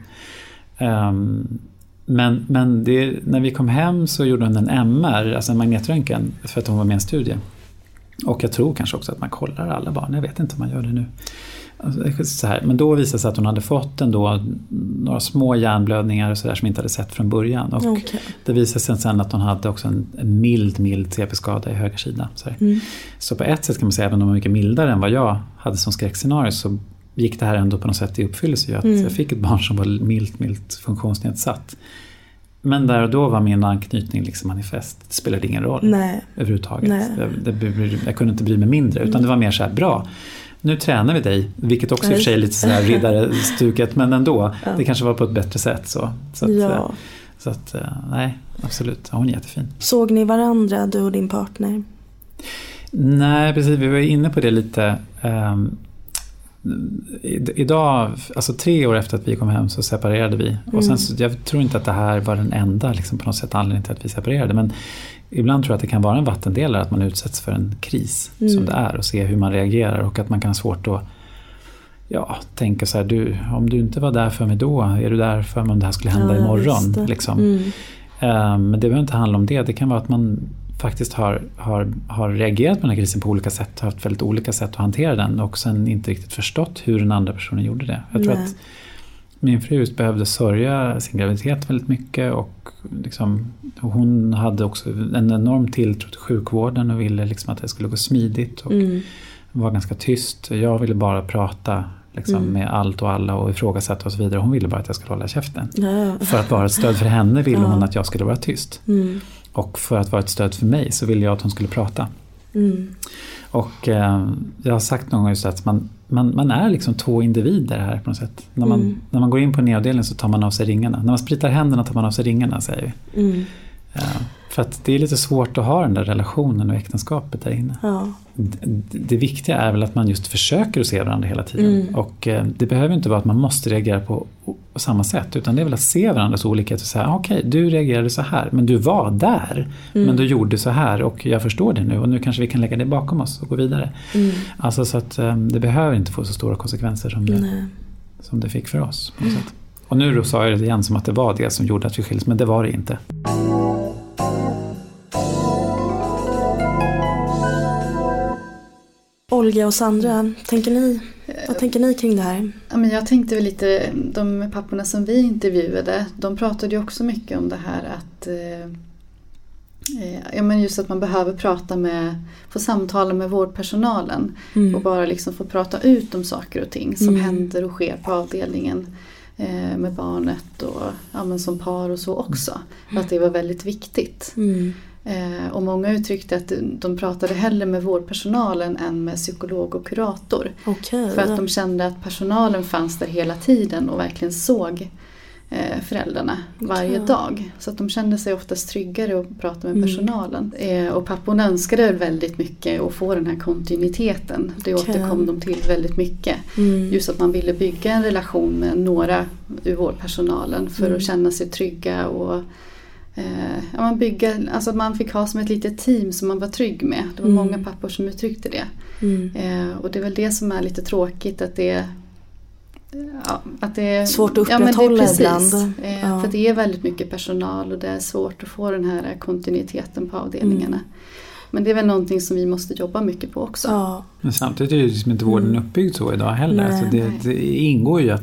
Men när vi kom hem så gjorde hon en MR, alltså en magnetröntgen, för att hon var med i en studie. Och jag tror kanske också att man kollar alla barn. Jag vet inte om man gör det nu. Så här. Men då visade det sig att hon hade fått några små hjärnblödningar och så där som inte hade sett från början. Och det visade sig sen att hon hade också en mild CP-skada i höger sida. Så på ett sätt kan man säga, även om hon var mycket mildare än vad jag hade som skräckscenario, så gick det här ändå på något sätt i uppfyllelse. Att jag fick ett barn som var milt funktionsnedsatt. Men där och då var min anknytning liksom manifest. Det spelade ingen roll överhuvudtaget. Jag kunde inte bry mig mindre, utan det var mer så här, bra. Nu tränar vi dig, vilket också i och för sig är lite så här riddare-stuket, men ändå, det kanske var på ett bättre sätt. Så att, nej, absolut, hon är jättefin. Såg ni varandra, du och din partner? Nej, precis, vi var inne på det lite. Idag, alltså 3 år efter att vi kom hem, så separerade vi. Och sen, jag tror inte att det här var den enda liksom, på något sätt anledning till att vi separerade, men ibland tror jag att det kan vara en vattendelare att man utsätts för en kris som det är, och se hur man reagerar, och att man kan ha svårt att tänka så här, om du inte var där för mig då, är du där för mig om det här skulle hända imorgon liksom. Men det behöver inte handla om det. Det kan vara att man faktiskt har reagerat på den här krisen på olika sätt, har haft väldigt olika sätt att hantera den, och sen inte riktigt förstått hur den andra personen gjorde det. Jag tror att min fru just behövde sörja sin graviditet väldigt mycket, och liksom, hon hade också en enorm tilltro till sjukvården och ville liksom att det skulle gå smidigt, och var ganska tyst. Jag ville bara prata liksom, med allt och alla och ifrågasätta och så vidare. Hon ville bara att jag skulle hålla käften. För att vara ett stöd för henne ville hon att jag skulle vara tyst. Och för att vara ett stöd för mig så ville jag att hon skulle prata. Och jag har sagt någon gång just att man är liksom 2 individer här på något sätt. När man går in på NE-avdelningen så tar man av sig ringarna. När man spritar händerna tar man av sig ringarna, säger vi. För att det är lite svårt att ha den där relationen och äktenskapet där inne. Det viktiga är väl att man just försöker att se varandra hela tiden. Och det behöver inte vara att man måste reagera på samma sätt, utan det är väl att se varandras olikhet och säga, okej, du reagerade så här, men du var där, men du gjorde så här, och jag förstår det nu, och nu kanske vi kan lägga det bakom oss och gå vidare. Alltså så att det behöver inte få så stora konsekvenser som det fick för oss på något sätt. Och nu sa jag det igen som att det var det som gjorde att vi skildes, men det var det inte. Olga och Sandra, vad tänker ni kring det här? Ja, men jag tänkte väl lite, de papporna som vi intervjuade, de pratade ju också mycket om det här att men just att man behöver få samtala med vårdpersonalen och bara liksom få prata ut om saker och ting som händer och sker på avdelningen med barnet och men som par och så också. Att det var väldigt viktigt. Och många uttryckte att de pratade hellre med vårdpersonalen än med psykolog och kurator. För att de kände att personalen fanns där hela tiden och verkligen såg föräldrarna varje dag. Så att de kände sig oftast tryggare att prata med personalen. Och papporna önskade väldigt mycket att få den här kontinuiteten. Det återkom de till väldigt mycket. Just att man ville bygga en relation med några ur vårdpersonalen för att känna sig trygga och alltså att man fick ha som ett litet team som man var trygg med. Det var många pappor som uttryckte det. Och det är väl det som är lite tråkigt, att det är svårt att upprätthålla ibland. För det är väldigt mycket personal och det är svårt att få den här kontinuiteten på avdelningarna. Men det är väl någonting som vi måste jobba mycket på också. Ja. Men samtidigt är det liksom inte vården uppbyggd så idag heller. Nej, alltså det ingår ju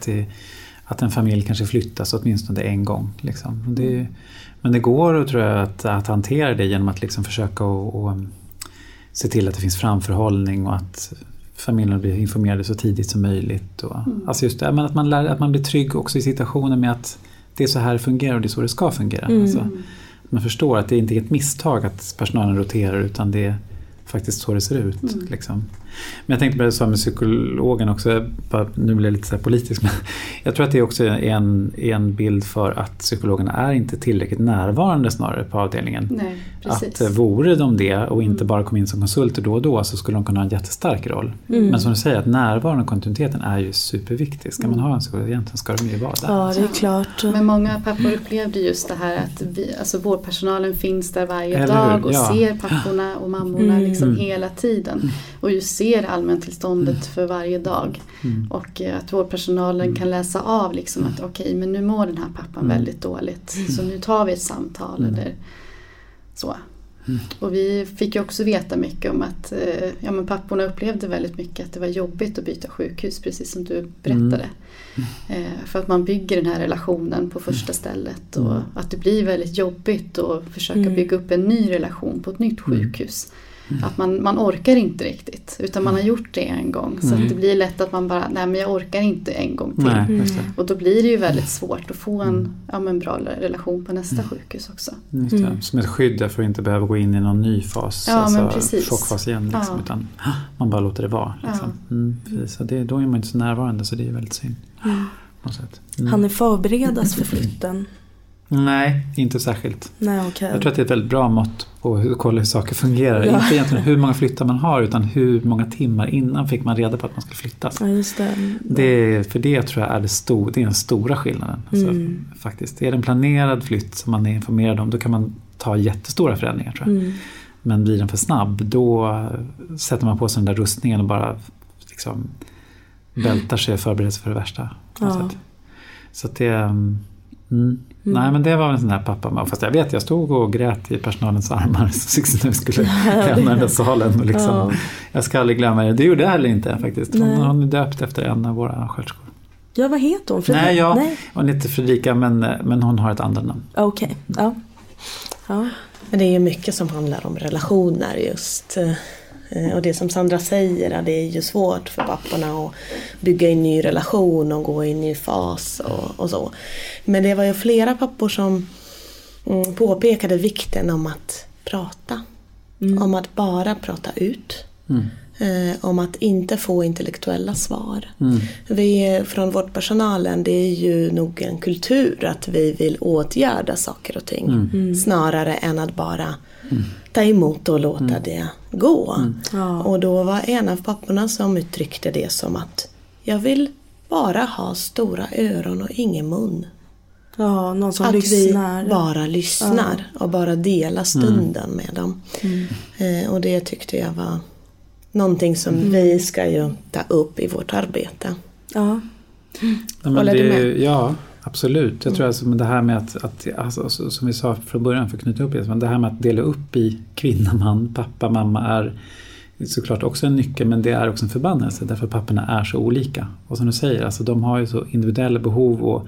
att en familj kanske flyttas åtminstone en gång. Liksom. Men det går, tror jag, att hantera det genom att liksom försöka och se till att det finns framförhållning och att familjerna blir informerade så tidigt som möjligt. Och, alltså just det, men att man blir trygg också i situationen med att det är så här det fungerar och det är så det ska fungera. Alltså, man förstår att det inte är ett misstag att personalen roterar, utan det är faktiskt så det ser ut. Liksom. Men jag tänkte på det så med psykologen också, nu blir jag lite så här politisk, men jag tror att det också är en bild för att psykologerna är inte tillräckligt närvarande snarare på avdelningen. Nej, precis. Att vore de det och inte bara kom in som konsulter då och då, så skulle de kunna ha en jättestark roll. Men som du säger, att närvaron och kontinuiteten är ju superviktig. Ska man ha en psykolog, egentligen ska de ju vara där. Ja, det är klart. Men många pappor upplevde just det här att alltså vårdpersonalen finns där varje dag och ser papporna och mammorna liksom hela tiden. Och just ser allmäntillståndet för varje dag. Och att vårdpersonalen kan läsa av liksom att okej, men nu mår den här pappan väldigt dåligt. Så nu tar vi ett samtal eller så. Och vi fick ju också veta mycket om att men papporna upplevde väldigt mycket att det var jobbigt att byta sjukhus, precis som du berättade. För att man bygger den här relationen på första stället och att det blir väldigt jobbigt att försöka bygga upp en ny relation på ett nytt sjukhus. Att man orkar inte riktigt, utan man har gjort det en gång. Så att det blir lätt att man bara, nej men jag orkar inte en gång till. Och då blir det ju väldigt svårt att få en bra relation på nästa sjukhus också. Just det. Som ett skydd för att inte behöva gå in i någon ny fas, chockfas igen. Liksom, utan man bara låter det vara. Liksom. Så då är man inte så närvarande, så det är väldigt synd. Han är förberedas för flytten. Nej, inte särskilt. Nej, okay. Jag tror att det är ett väldigt bra mått på att kolla hur saker fungerar. Inte egentligen hur många flyttar man har, utan hur många timmar innan fick man reda på att man skulle flyttas. Ja, just det. För det tror jag är det är den stora skillnaden. Alltså, faktiskt. Är det en planerad flytt som man är informerad om, då kan man ta jättestora förändringar, tror jag. Men blir den för snabb, då sätter man på sig den där rustningen och bara liksom vältar sig och förbereder sig för det värsta. Så att det... Nej, men det var en sån här pappa. Fast jag stod och grät i personalens armar när vi skulle lämna den där salen. Och liksom, jag ska aldrig glömma det. Det gjorde jag heller inte faktiskt. Hon är döpt efter en av våra sköterskor. Ja, vad heter hon? Nej. Hon heter Fredrika, men hon har ett annat namn. Okej, ja. Men det är ju mycket som handlar om relationer just. Och det som Sandra säger, det är ju svårt för papporna att bygga en ny relation och gå i en ny fas och så. Men det var ju flera pappor som påpekade vikten om att prata. Om att bara prata ut. Om att inte få intellektuella svar. Vi från vårdpersonalen, det är ju nog en kultur att vi vill åtgärda saker och ting. Snarare än att bara ta emot och låta det gå. Och då var en av papporna som uttryckte det som att jag vill bara ha stora öron och ingen mun. Ja, någon som att lyssnar. Vi bara lyssnar och bara delar stunden med dem. Och det tyckte jag var någonting som vi ska ju ta upp i vårt arbete. Håller du med? Ja, absolut. Jag tror alltså det här med att alltså, som vi sa från början, för att knyta upp det, men det här med att dela upp i kvinna, man, pappa, mamma är såklart också en nyckel, men det är också en förbannelse därför att papporna är så olika. Och som du säger, alltså, de har ju så individuella behov och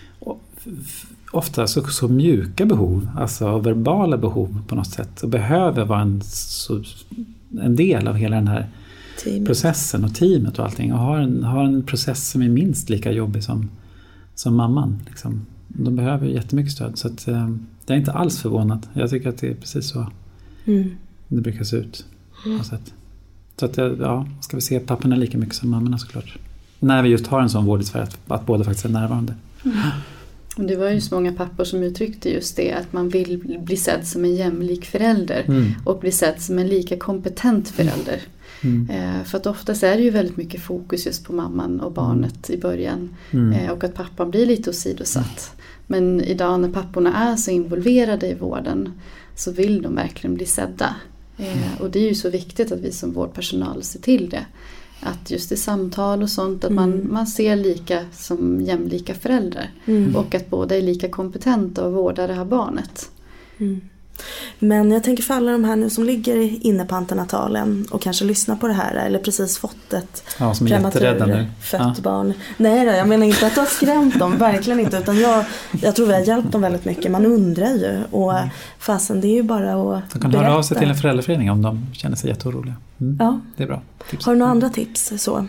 ofta så mjuka behov, alltså verbala behov på något sätt, och behöver vara en del av hela den här processen och teamet och allting, och har en process som är minst lika jobbig som mamman. Liksom. De behöver jättemycket stöd, så att, jag är inte alls förvånad. Jag tycker att det är precis så det brukar se ut. Så att ska vi se papporna lika mycket som mammorna såklart. När vi just har en sån vård i Sverige att båda faktiskt är närvarande. Och det var ju så många pappor som uttryckte just det, att man vill bli sedd som en jämlik förälder och bli sedd som en lika kompetent förälder. För att oftast är det ju väldigt mycket fokus just på mamman och barnet i början och att pappan blir lite åsidosatt. Men idag när papporna är så involverade i vården så vill de verkligen bli sedda. Och det är ju så viktigt att vi som vårdpersonal ser till det. Att just i samtal och sånt att man ser lika som jämlika föräldrar. Och att båda är lika kompetenta och vårdar det här barnet. Men jag tänker för alla de här nu som ligger inne på antenatalen och kanske lyssnar på det här eller precis fått ett fött barn. Nej då, jag menar inte att du har skrämt dem, verkligen inte, utan jag tror vi har hjälpt dem väldigt mycket. Man undrar ju och fasen, det är ju bara att de kan höra av sig till en föräldraförening om de känner sig jätteoroliga. Ja. Det är bra. Tips. Har du några andra tips så?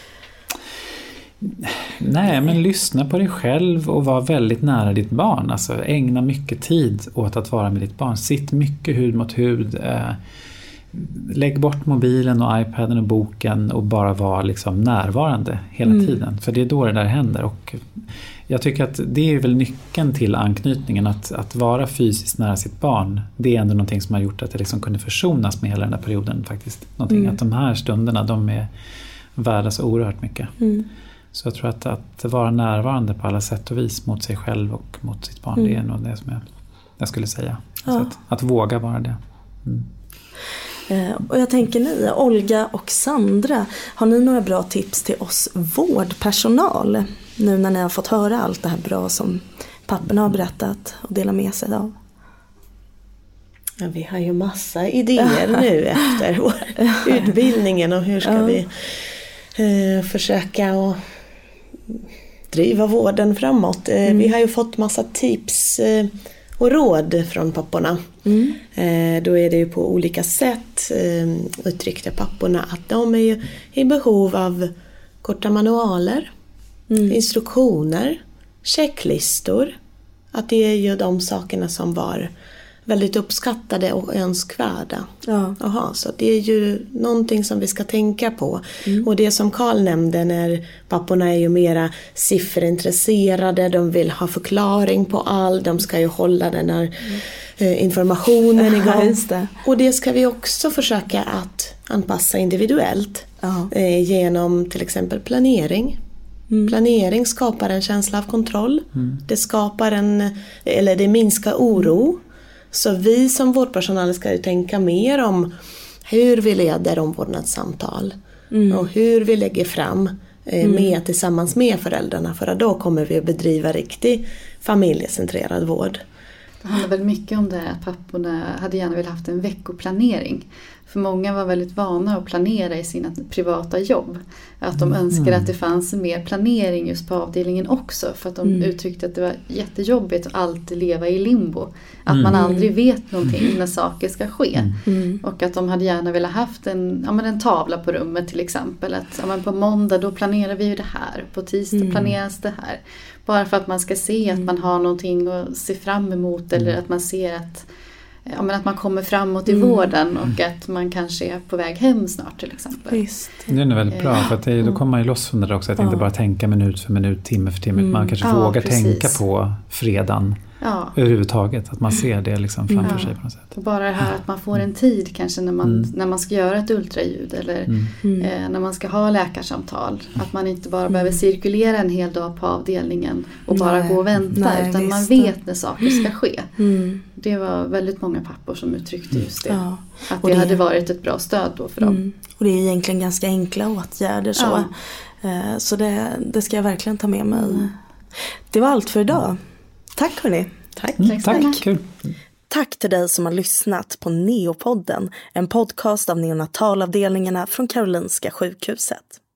Nej, men lyssna på dig själv och var väldigt nära ditt barn. Alltså ägna mycket tid åt att vara med ditt barn. Sitt mycket hud mot hud. Lägg bort mobilen och iPaden och boken och bara vara liksom närvarande hela tiden. För det är då det där händer. Och jag tycker att det är väl nyckeln till anknytningen. Att vara fysiskt nära sitt barn. Det är ändå någonting som har gjort att det liksom kunde försonas med hela den här perioden faktiskt. Att de här stunderna, de är värda så oerhört mycket. Så jag tror att vara närvarande på alla sätt och vis mot sig själv och mot sitt barn, det är nog det som jag skulle säga. Ja. Så att våga vara det. Och jag tänker ni, Olga och Sandra, har ni några bra tips till oss vårdpersonal? Nu när ni har fått höra allt det här bra som papporna har berättat och delat med sig av. Ja, vi har ju massa idéer nu efter utbildningen och hur ska vi försöka att driva vården framåt. Vi har ju fått massa tips och råd från papporna. Då är det ju på olika sätt uttryckte papporna att de är ju i behov av korta manualer, instruktioner, checklistor. Att det är ju de sakerna som var väldigt uppskattade och önskvärda. Ja. Så det är ju någonting som vi ska tänka på. Och det som Carl nämnde, när papporna är ju mera sifferintresserade, de vill ha förklaring på allt, de ska ju hålla den här informationen igång. Och det ska vi också försöka att anpassa individuellt genom till exempel planering. Planering skapar en känsla av kontroll. Det skapar det minskar oro. Så vi som vårdpersonal ska ju tänka mer om hur vi leder omvårdnadssamtal och hur vi lägger fram tillsammans med föräldrarna, för att då kommer vi att bedriva riktig familjecentrerad vård. Det handlar väl mycket om det här att papporna hade gärna velat haft en veckoplanering. För många var väldigt vana att planera i sina privata jobb. Att de önskade att det fanns mer planering just på avdelningen också. För att de uttryckte att det var jättejobbigt att alltid leva i limbo. Att man aldrig vet någonting när saker ska ske. Och att de hade gärna velat haft en tavla på rummet till exempel. Att på måndag då planerar vi ju det här. På tisdag planeras det här. Bara för att man ska se att man har någonting att se fram emot. Eller att man ser att man kommer framåt i vården och att man kanske är på väg hem snart till exempel. Just. Det är nog väldigt bra, för att då kommer man ju loss från det där också, att inte bara tänka minut för minut, timme för timme. Man kanske vågar tänka på fredagen överhuvudtaget, att man ser det liksom framför sig på något sätt. Och bara det här att man får en tid kanske när man ska göra ett ultraljud eller när man ska ha läkarsamtal. Att man inte bara behöver cirkulera en hel dag på avdelningen och bara gå och vänta, utan man vet när saker ska ske. Det var väldigt många pappor som uttryckte just det. Att det hade varit ett bra stöd då för dem. Och det är egentligen ganska enkla åtgärder så. Så det ska jag verkligen ta med mig. Det var allt för idag. Tack hörni. Tack. Kul. Tack till dig som har lyssnat på Neopodden, en podcast av neonatalavdelningarna från Karolinska sjukhuset.